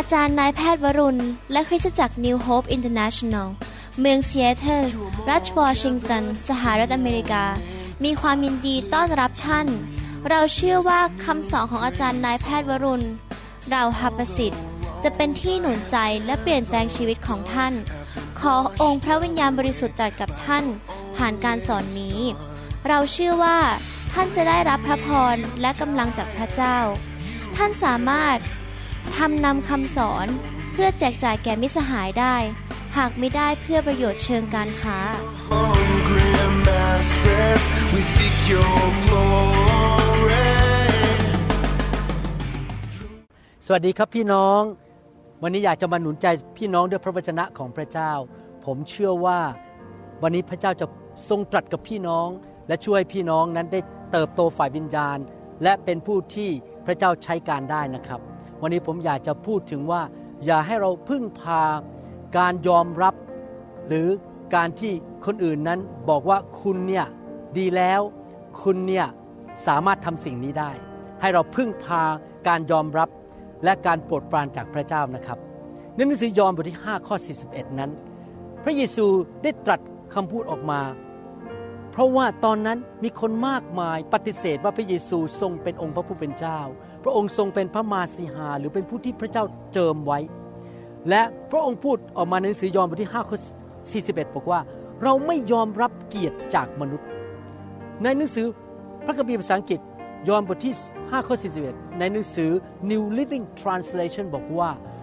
จารย์นายแพทย์วรุณและคริสตจักร New Hope International เมืองซีแอตเทิลรัฐวอชิงตันสหรัฐอเมริกามีความยินดีต้อนรับท่านเราเชื่อว่าคำสอนของอาจารย์นายแพทย์วรุณเราหประสิทธิ์จะเป็นที่หนุนใจและเปลี่ยนแปลงชีวิตของท่านขอองค์พระวิญญาณบริสุทธิ์ตรัสกับท่านผ่านการสอนนี้เราเชื่อว่าท่านจะได้รับพระพรและกำลังจากพระเจ้าท่านสามารถนำคำสอนเพื่อแจกจ่ายแก่มิตรสหายได้หากไม่ได้เพื่อประโยชน์เชิงการค้าสวัสดีครับพี่น้องวันนี้อยากจะมาหนุนใจพี่น้องด้วยพระวจนะของพระเจ้าผมเชื่อว่าวันนี้พระเจ้าจะทรงตรัสกับพี่น้องและช่วยพี่น้องนั้นได้เติบโตฝ่ายวิญญาณและเป็นผู้ที่พระเจ้าใช้การได้นะครับวันนี้ผมอยากจะพูดถึงว่าอย่าให้เราพึ่งพาการยอมรับหรือการที่คนอื่นนั้นบอกว่าคุณเนี่ยดีแล้วคุณเนี่ยสามารถทำสิ่งนี้ได้ให้เราพึ่งพาการยอมรับและการโปรดปรานจากพระเจ้านะครับในหนังสือยอห์นบทที่5ข้อ41นั้นพระเยซูได้ตรัสคำพูดออกมาเพราะว่าตอนนั้นมีคนมากมายปฏิเสธว่าพระเยซูทรงเป็นองค์พระผู้เป็นเจ้าพระองค์ทรงเป็นพระมาสีหาหรือเป็นผู้ที่พระเจ้าเจิมไว้และพระองค์พูดออกมาในหนังสือยอห์นบทที่5ข้อ41บอกว่าเราไม่ยอมรับเกียรติจากมนุษย์ในหนังสือพระคัมภีร์ภาษาอังกฤษยอห์นบทที่5ข้อ41ในหนังสือ New Living Translation บอกว่า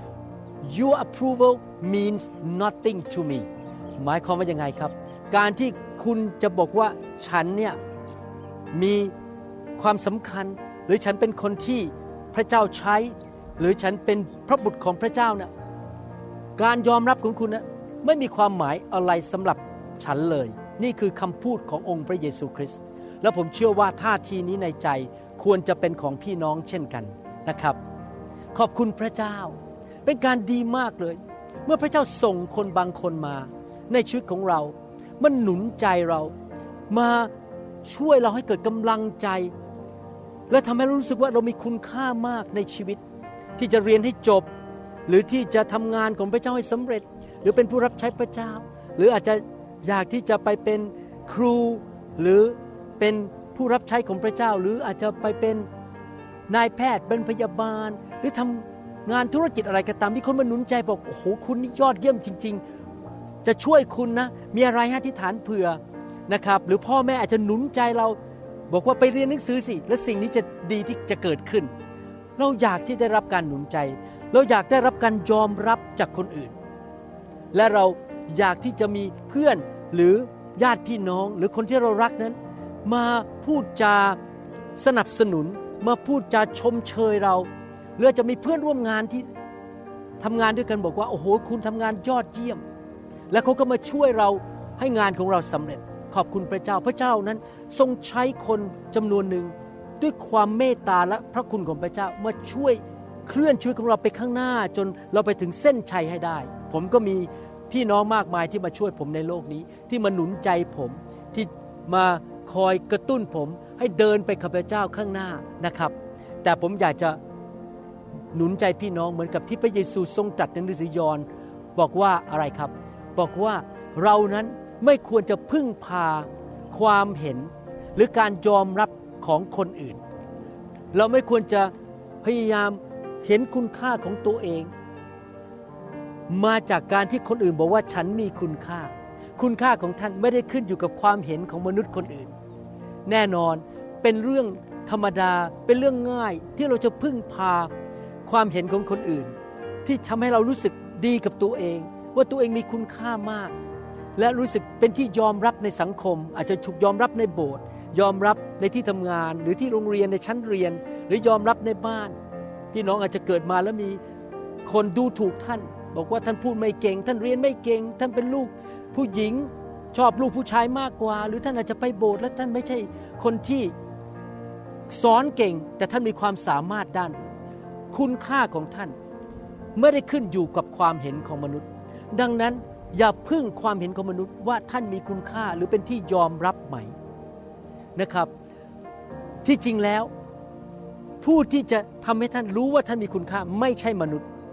Your approval means nothing to me หมายความว่ายังไงครับการที่คุณจะบอกว่าฉันเนี่ยมีความสำคัญหรือฉันเป็นคนที่พระเจ้าใช้หรือฉันเป็นพระบุตรของพระเจ้าเนี่ยการยอมรับของคุณนะไม่มีความหมายอะไรสำหรับฉันเลยนี่คือคำพูดขององค์พระเยซูคริสต์และผมเชื่อว่าท่าทีนี้ในใจควรจะเป็นของพี่น้องเช่นกันนะครับขอบคุณพระเจ้าเป็นการดีมากเลยเมื่อพระเจ้าส่งคนบางคนมาในชีวิตของเรามันหนุนใจเรามาช่วยเราให้เกิดกำลังใจและทำให้เรารู้สึกว่าเรามีคุณค่ามากในชีวิตที่จะเรียนให้จบหรือที่จะทำงานของพระเจ้าให้สำเร็จหรือเป็นผู้รับใช้พระเจ้าหรืออาจจะอยากที่จะไปเป็นครูหรือเป็นผู้รับใช้ของพระเจ้าหรืออาจจะไปเป็นนายแพทย์เป็นพยาบาลหรือทำงานธุรกิจอะไรก็ตามที่คนมาหนุนใจบอกโอ้โหคุณนี่ยอดเยี่ยมจริงๆจะช่วยคุณนะมีอะไรให้อธิษฐานเผื่อนะครับหรือพ่อแม่อาจจะหนุนใจเราบอกว่าไปเรียนหนังสือสิและสิ่งนี้จะดีที่จะเกิดขึ้นเราอยากที่ได้รับการหนุนใจเราอยากได้รับการยอมรับจากคนอื่นและเราอยากที่จะมีเพื่อนหรือญาติพี่น้องหรือคนที่เรารักนั้นมาพูดจาสนับสนุนมาพูดจาชมเชยเราหรือจะมีเพื่อนร่วมงานที่ทำงานด้วยกันบอกว่าโอ้โหคุณทำงานยอดเยี่ยมและเขาก็มาช่วยเราให้งานของเราสำเร็จขอบคุณพระเจ้าพระเจ้านั้นทรงใช้คนจำนวนหนึ่งด้วยความเมตตาและพระคุณของพระเจ้ามาช่วยเคลื่อนชีวิตของเราไปข้างหน้าจนเราไปถึงเส้นชัยให้ได้ผมก็มีพี่น้องมากมายที่มาช่วยผมในโลกนี้ที่มาหนุนใจผมที่มาคอยกระตุ้นผมให้เดินไปกับพระเจ้าข้างหน้านะครับแต่ผมอยากจะหนุนใจพี่น้องเหมือนกับที่พระเยซูทรงตรัสในหนังสือยอห์นบอกว่าอะไรครับบอกว่าเรานั้นไม่ควรจะพึ่งพาความเห็นหรือการยอมรับของคนอื่นเราไม่ควรจะพยายามเห็นคุณค่าของตัวเองมาจากการที่คนอื่นบอกว่าฉันมีคุณค่าคุณค่าของท่านไม่ได้ขึ้นอยู่กับความเห็นของมนุษย์คนอื่นแน่นอนเป็นเรื่องธรรมดาเป็นเรื่องง่ายที่เราจะพึ่งพาความเห็นของคนอื่นที่ทำให้เรารู้สึกดีกับตัวเองว่าตัวเองมีคุณค่ามากและรู้สึกเป็นที่ยอมรับในสังคมอาจจะถูกยอมรับในโบสถ์ยอมรับในที่ทำงานหรือที่โรงเรียนในชั้นเรียนหรือยอมรับในบ้านพี่น้องอาจจะเกิดมาแล้วมีคนดูถูกท่านบอกว่าท่านพูดไม่เก่งท่านเรียนไม่เก่งท่านเป็นลูกผู้หญิงชอบลูกผู้ชายมากกว่าหรือท่านอาจจะไปโบสถ์และท่านไม่ใช่คนที่สอนเก่งแต่ท่านมีความสามารถด้านคุณค่าของท่านไม่ได้ขึ้นอยู่กับความเห็นของมนุษย์ดังนั้นอย่าพึ่งความเห็นของมนุษย์ว่าท่านมีคุณค่าหรือเป็นที่ยอมรับไหมนะครับที่จริงแล้วผู้ที่จะทำให้ท่านรู้ว่าท่านมีคุณค่าไม่ใช่มนุษย์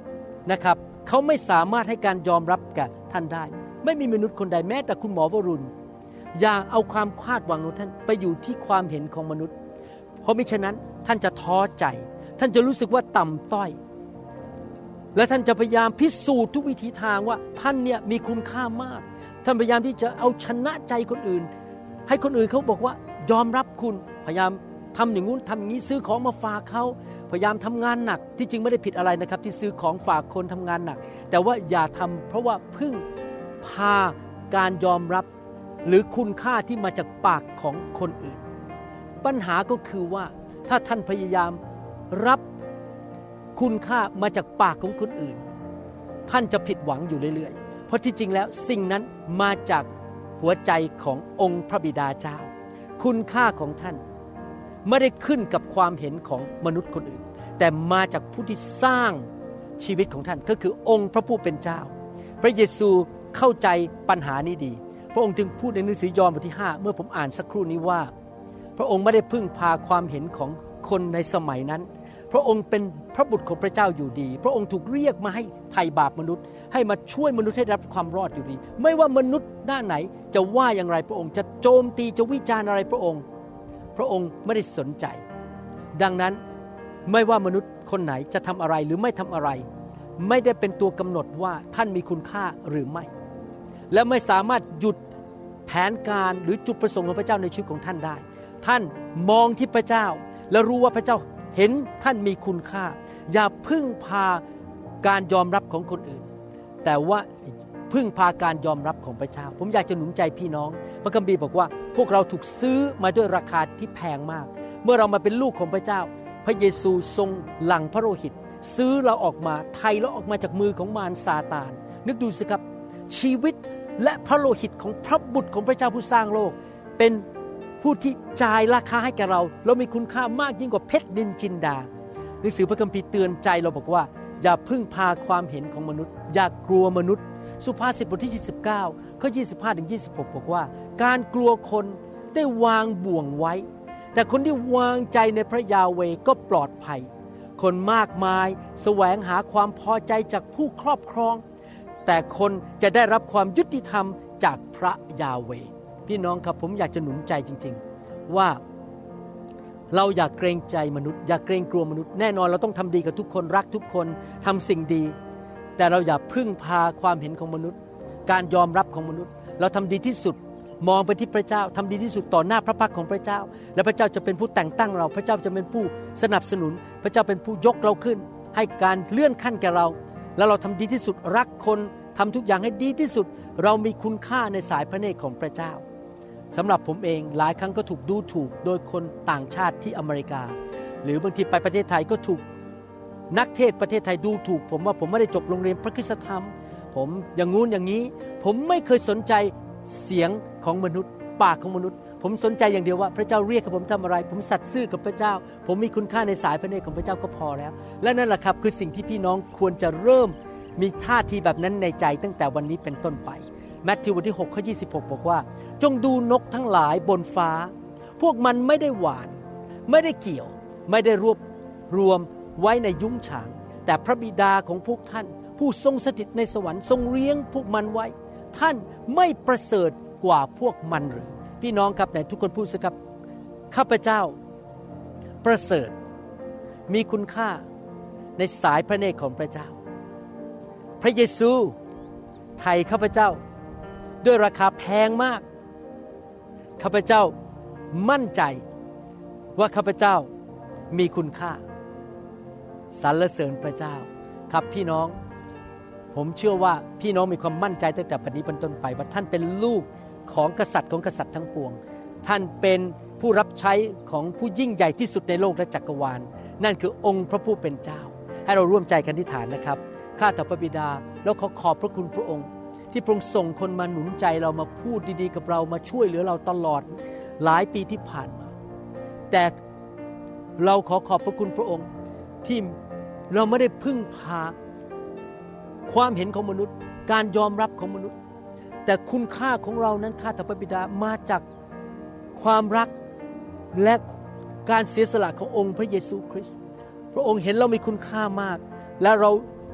นะครับเขาไม่สามารถให้การยอมรับแก่ท่านได้ไม่มีมนุษย์คนใดแม้แต่คุณหมอวรุณอย่าเอาความคาดหวังของท่านไปอยู่ที่ความเห็นของมนุษย์เพราะมิฉะนั้นท่านจะท้อใจท่านจะรู้สึกว่าต่ำต้อยและท่านจะพยายามพิสูจน์ทุกวิถีทางว่าท่านเนี่ยมีคุณค่ามากท่านพยายามที่จะเอาชนะใจคนอื่นให้คนอื่นเขาบอกว่ายอมรับคุณพยายามทำอย่างงู้นทำอย่างนี้ซื้อของมาฝากเขาพยายามทำงานหนักที่จริงไม่ได้ผิดอะไรนะครับที่ซื้อของฝากคนทำงานหนักแต่ว่าอย่าทำเพราะว่าพึ่งพาการยอมรับหรือคุณค่าที่มาจากปากของคนอื่นปัญหาก็คือว่าถ้าท่านพยายามรับคุณค่ามาจากปากของคนอื่นท่านจะผิดหวังอยู่เรื่อยๆเพราะที่จริงแล้วสิ่งนั้นมาจากหัวใจขององค์พระบิดาเจ้าคุณค่าของท่านไม่ได้ขึ้นกับความเห็นของมนุษย์คนอื่นแต่มาจากผู้ที่สร้างชีวิตของท่านก็คือองค์พระผู้เป็นเจ้าพระเยซูเข้าใจปัญหานี้ดีพระองค์จึงพูดในหนังสือยอห์นบทที่5เมื่อผมอ่านสักครู่นี้ว่าพระองค์ไม่ได้พึ่งพาความเห็นของคนในสมัยนั้นพระองค์เป็นพระบุตรของพระเจ้าอยู่ดีพระองค์ถูกเรียกมาให้ไถ่บาปมนุษย์ให้มาช่วยมนุษย์ให้รับความรอดอยู่ดีไม่ว่ามนุษย์หน้าไหนจะว่าอย่างไรพระองค์จะโจมตีจะวิจารณ์อะไรพระองค์ไม่ได้สนใจดังนั้นไม่ว่ามนุษย์คนไหนจะทำอะไรหรือไม่ทำอะไรไม่ได้เป็นตัวกำหนดว่าท่านมีคุณค่าหรือไม่และไม่สามารถหยุดแผนการหรือจุดประสงค์ของพระเจ้าในชีวิตของท่านได้ท่านมองที่พระเจ้าและรู้ว่าพระเจ้าเห็นท่านมีคุณค่าอย่าพึ่งพาการยอมรับของคนอื่นแต่ว่าพึ่งพาการยอมรับของพระเจ้าผมอยากจะหนุนใจพี่น้องพระคัมภีร์บอกว่าพวกเราถูกซื้อมาด้วยราคาที่แพงมากเมื่อเรามาเป็นลูกของพระเจ้าพระเยซูทรงหลั่งพระโลหิตซื้อเราออกมาไถ่เราออกมาจากมือของมารซาตานนึกดูสิครับชีวิตและพระโลหิตของพระบุตรของพระเจ้าผู้สร้างโลกเป็นผู้ที่จ่ายราคาให้แก่เรามีคุณค่ามากยิ่งกว่าเพชรนินจินดาหนังสือพระคัมภีร์เตือนใจเราบอกว่าอย่าพึ่งพาความเห็นของมนุษย์อย่ากลัวมนุษย์สุภาษิตบทที่29ข้อ25ถึง26บอกว่าการกลัวคนได้วางบ่วงไว้แต่คนที่วางใจในพระยาเวห์ก็ปลอดภัยคนมากมายแสวงหาความพอใจจากผู้ครอบครองแต่คนจะได้รับความยุติธรรมจากพระยาเวห์พี่น้องครับผมอยากจะหนุนใจจริงๆว่าเราอย่าเกรงใจมนุษย์อย่าเกรงกลัวมนุษย์แน่นอนเราต้องทำดีกับทุกคนรักทุกคนทำสิ่งดีแต่เราอย่าพึ่งพาความเห็นของมนุษย์การยอมรับของมนุษย์เราทำดีที่สุดมองไปที่พระเจ้าทำดีที่สุดต่อหน้าพระพักของพระเจ้าและพระเจ้าจะเป็นผู้แต่งตั้งเราพระเจ้าจะเป็นผู้สนับสนุนพระเจ้าเป็นผู้ยกเราขึ้นให้การเลื่อนขั้นแก่เราแล้วเราทำดีที่สุดรักคนทำทุกอย่างให้ดีที่สุดเรามีคุณค่าในสายพระเนตรของพระเจ้าสำหรับผมเองหลายครั้งก็ถูกดูถูกโดยคนต่างชาติที่อเมริกาหรือบางทีไปประเทศไทยก็ถูกนักเทศประเทศไทยดูถูกผมว่าผมไม่ได้จบโรงเรียนพระคริสตธรรมผมอย่างงู้นอย่างนี้ผมไม่เคยสนใจเสียงของมนุษย์ปากของมนุษย์ผมสนใจอย่างเดียวว่าพระเจ้าเรียกให้ผมทำอะไรผมสัตย์ซื่อกับพระเจ้าผมมีคุณค่าในสายพระเนตรของพระเจ้าก็พอแล้วและนั่นแหละครับคือสิ่งที่พี่น้องควรจะเริ่มมีท่าทีแบบนั้นในใจตั้งแต่วันนี้เป็นต้นไปมัทธิวบทที่6ข้อ26บอกว่าจงดูนกทั้งหลายบนฟ้าพวกมันไม่ได้หว่านไม่ได้เกี่ยวไม่ได้รวมไว้ในยุ้งฉางแต่พระบิดาของพวกท่านผู้ทรงสถิตในสวรรค์ทรงเลี้ยงพวกมันไว้ท่านไม่ประเสริฐกว่าพวกมันหรือพี่น้องครับไหนทุกคนพูดสิครับข้าพเจ้าประเสริฐมีคุณค่าในสายพระเนตรของพระเจ้าพระเยซูไถ่ข้าพเจ้าด้วยราคาแพงมากข้าพเจ้ามั่นใจว่าข้าพเจ้ามีคุณค่าสรรเสริญพระเจ้าครับพี่น้องผมเชื่อว่าพี่น้องมีความมั่นใจตั้งแต่บัดนี้เป็นต้นไปว่าท่านเป็นลูกของกษัตริย์ของกษัตริย์ทั้งปวงท่านเป็นผู้รับใช้ของผู้ยิ่งใหญ่ที่สุดในโลกและจักรวาลนั่นคือองค์พระผู้เป็นเจ้าให้เราร่วมใจกันอธิษฐานนะครับข้าแต่พระบิดาแล้วขอพระคุณพระองค์ที่พระองค์ส่งคนมาหนุนใจเรามาพูดดีๆกับเรามาช่วยเหลือเราตลอดหลายปีที่ผ่านมาแต่เราขอบพระคุณพระองค์ที่เราไม่ได้พึ่งพาความเห็นของมนุษย์การยอมรับของมนุษย์แต่คุณค่าของเรานั้นข้าแต่พระบิดามาจากความรักและการเสียสละขององค์พระเยซูคริสต์พระองค์เห็นเรามีคุณค่ามากและเรา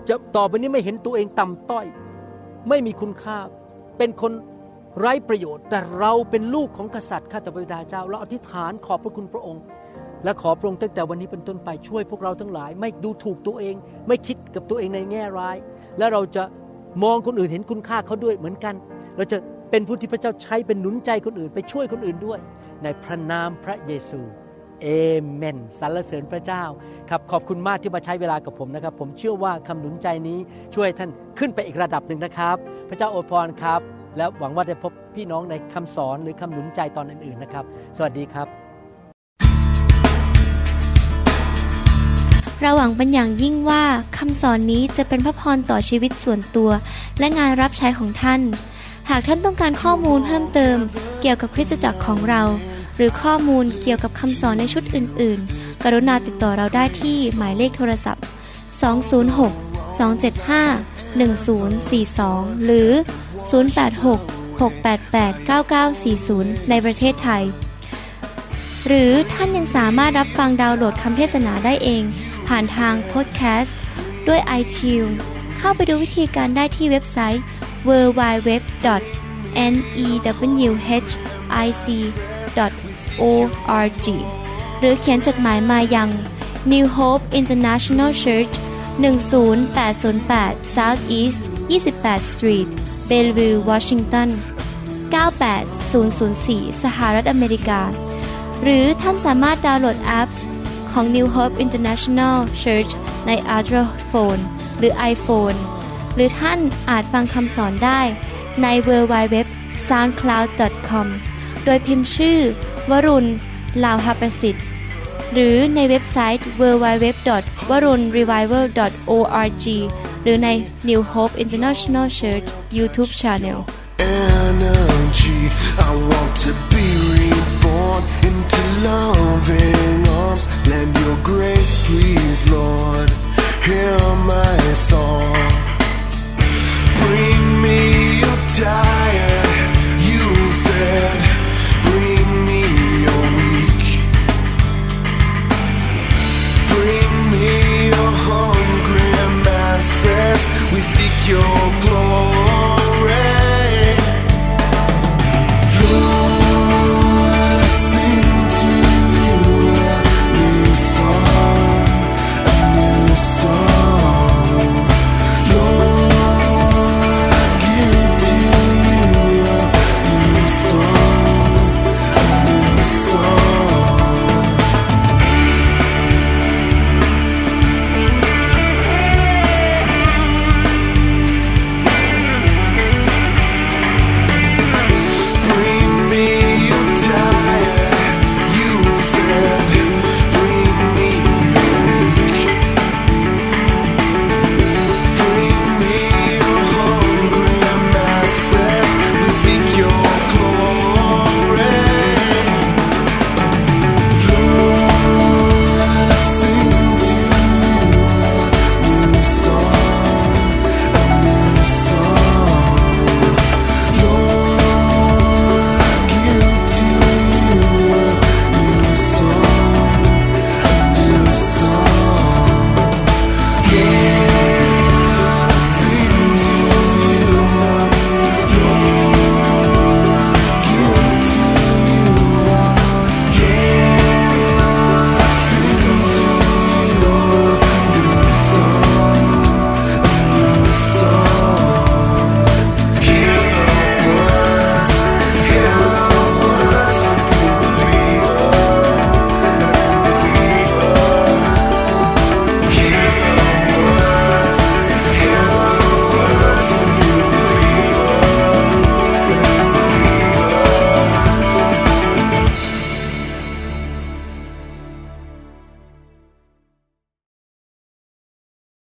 จะต่อไปนี้ไม่เห็นตัวเองต่ำต้อยไม่มีคุณค่าเป็นคนไร้ประโยชน์แต่เราเป็นลูกของกษัตริย์ข้าแต่พระบิดาเจ้าเราอธิษฐานขอบพระคุณพระองค์และขอพระองค์ตั้งแต่วันนี้เป็นต้นไปช่วยพวกเราทั้งหลายไม่ดูถูกตัวเองไม่คิดกับตัวเองในแง่ร้ายและเราจะมองคนอื่นเห็นคุณค่าเขาด้วยเหมือนกันเราจะเป็นผู้ที่พระเจ้าใช้เป็นหนุนใจคนอื่นไปช่วยคนอื่นด้วยในพระนามพระเยซูเอเมนสรรเสริญพระเจ้าครับขอบคุณมากที่มาใช้เวลากับผมนะครับผมเชื่อว่าคำหนุนใจนี้ช่วยท่านขึ้นไปอีกระดับหนึ่งนะครับพระเจ้าอวยพรครับและหวังว่าจะพบพี่น้องในคำสอนหรือคำหนุนใจตอนอื่นๆนะครับสวัสดีครับเราหวังเป็นอย่างยิ่งว่าคำสอนนี้จะเป็นพระพรต่อชีวิตส่วนตัวและงานรับใช้ของท่านหากท่านต้องการข้อมูลเพิ่มเติมเกี่ยวกับคริสตจักรของเราหรือข้อมูลเกี่ยวกับคำสอนในชุดอื่นๆกรุณาติดต่อเราได้ที่หมายเลขโทรศัพท์206-275-1042หรือ086-688-9940ในประเทศไทยหรือท่านยังสามารถรับฟังดาวน์โหลดคำเทศนาได้เองผ่านทางพอดแคสต์ด้วย iTunes เข้าไปดูวิธีการได้ที่เว็บไซต์ www.newhic.org หรือเขียนจดหมายมายัง New Hope International Church 10808 South East 28th Street Bellevue Washington 98004 สหรัฐอเมริกาหรือท่านสามารถดาวน์โหลดแอปของ New Hope International Church ใน Android Phone หรือ iPhone หรือท่านอาจฟังคำสอนได้ใน www.soundcloud.com โดยพิมพ์ชื่อวรุณ ลาวหประสิทธิ์หรือในเว็บไซต์ www.warunrevival.org หรือใน New Hope International Church YouTube Channel Energy, I want to be reborn into loving arms. Lend your grace, please, Lord. Hear my song. Bring me your tired, you said. Bring me your weak. Bring me your hungry masses. We seek your glory.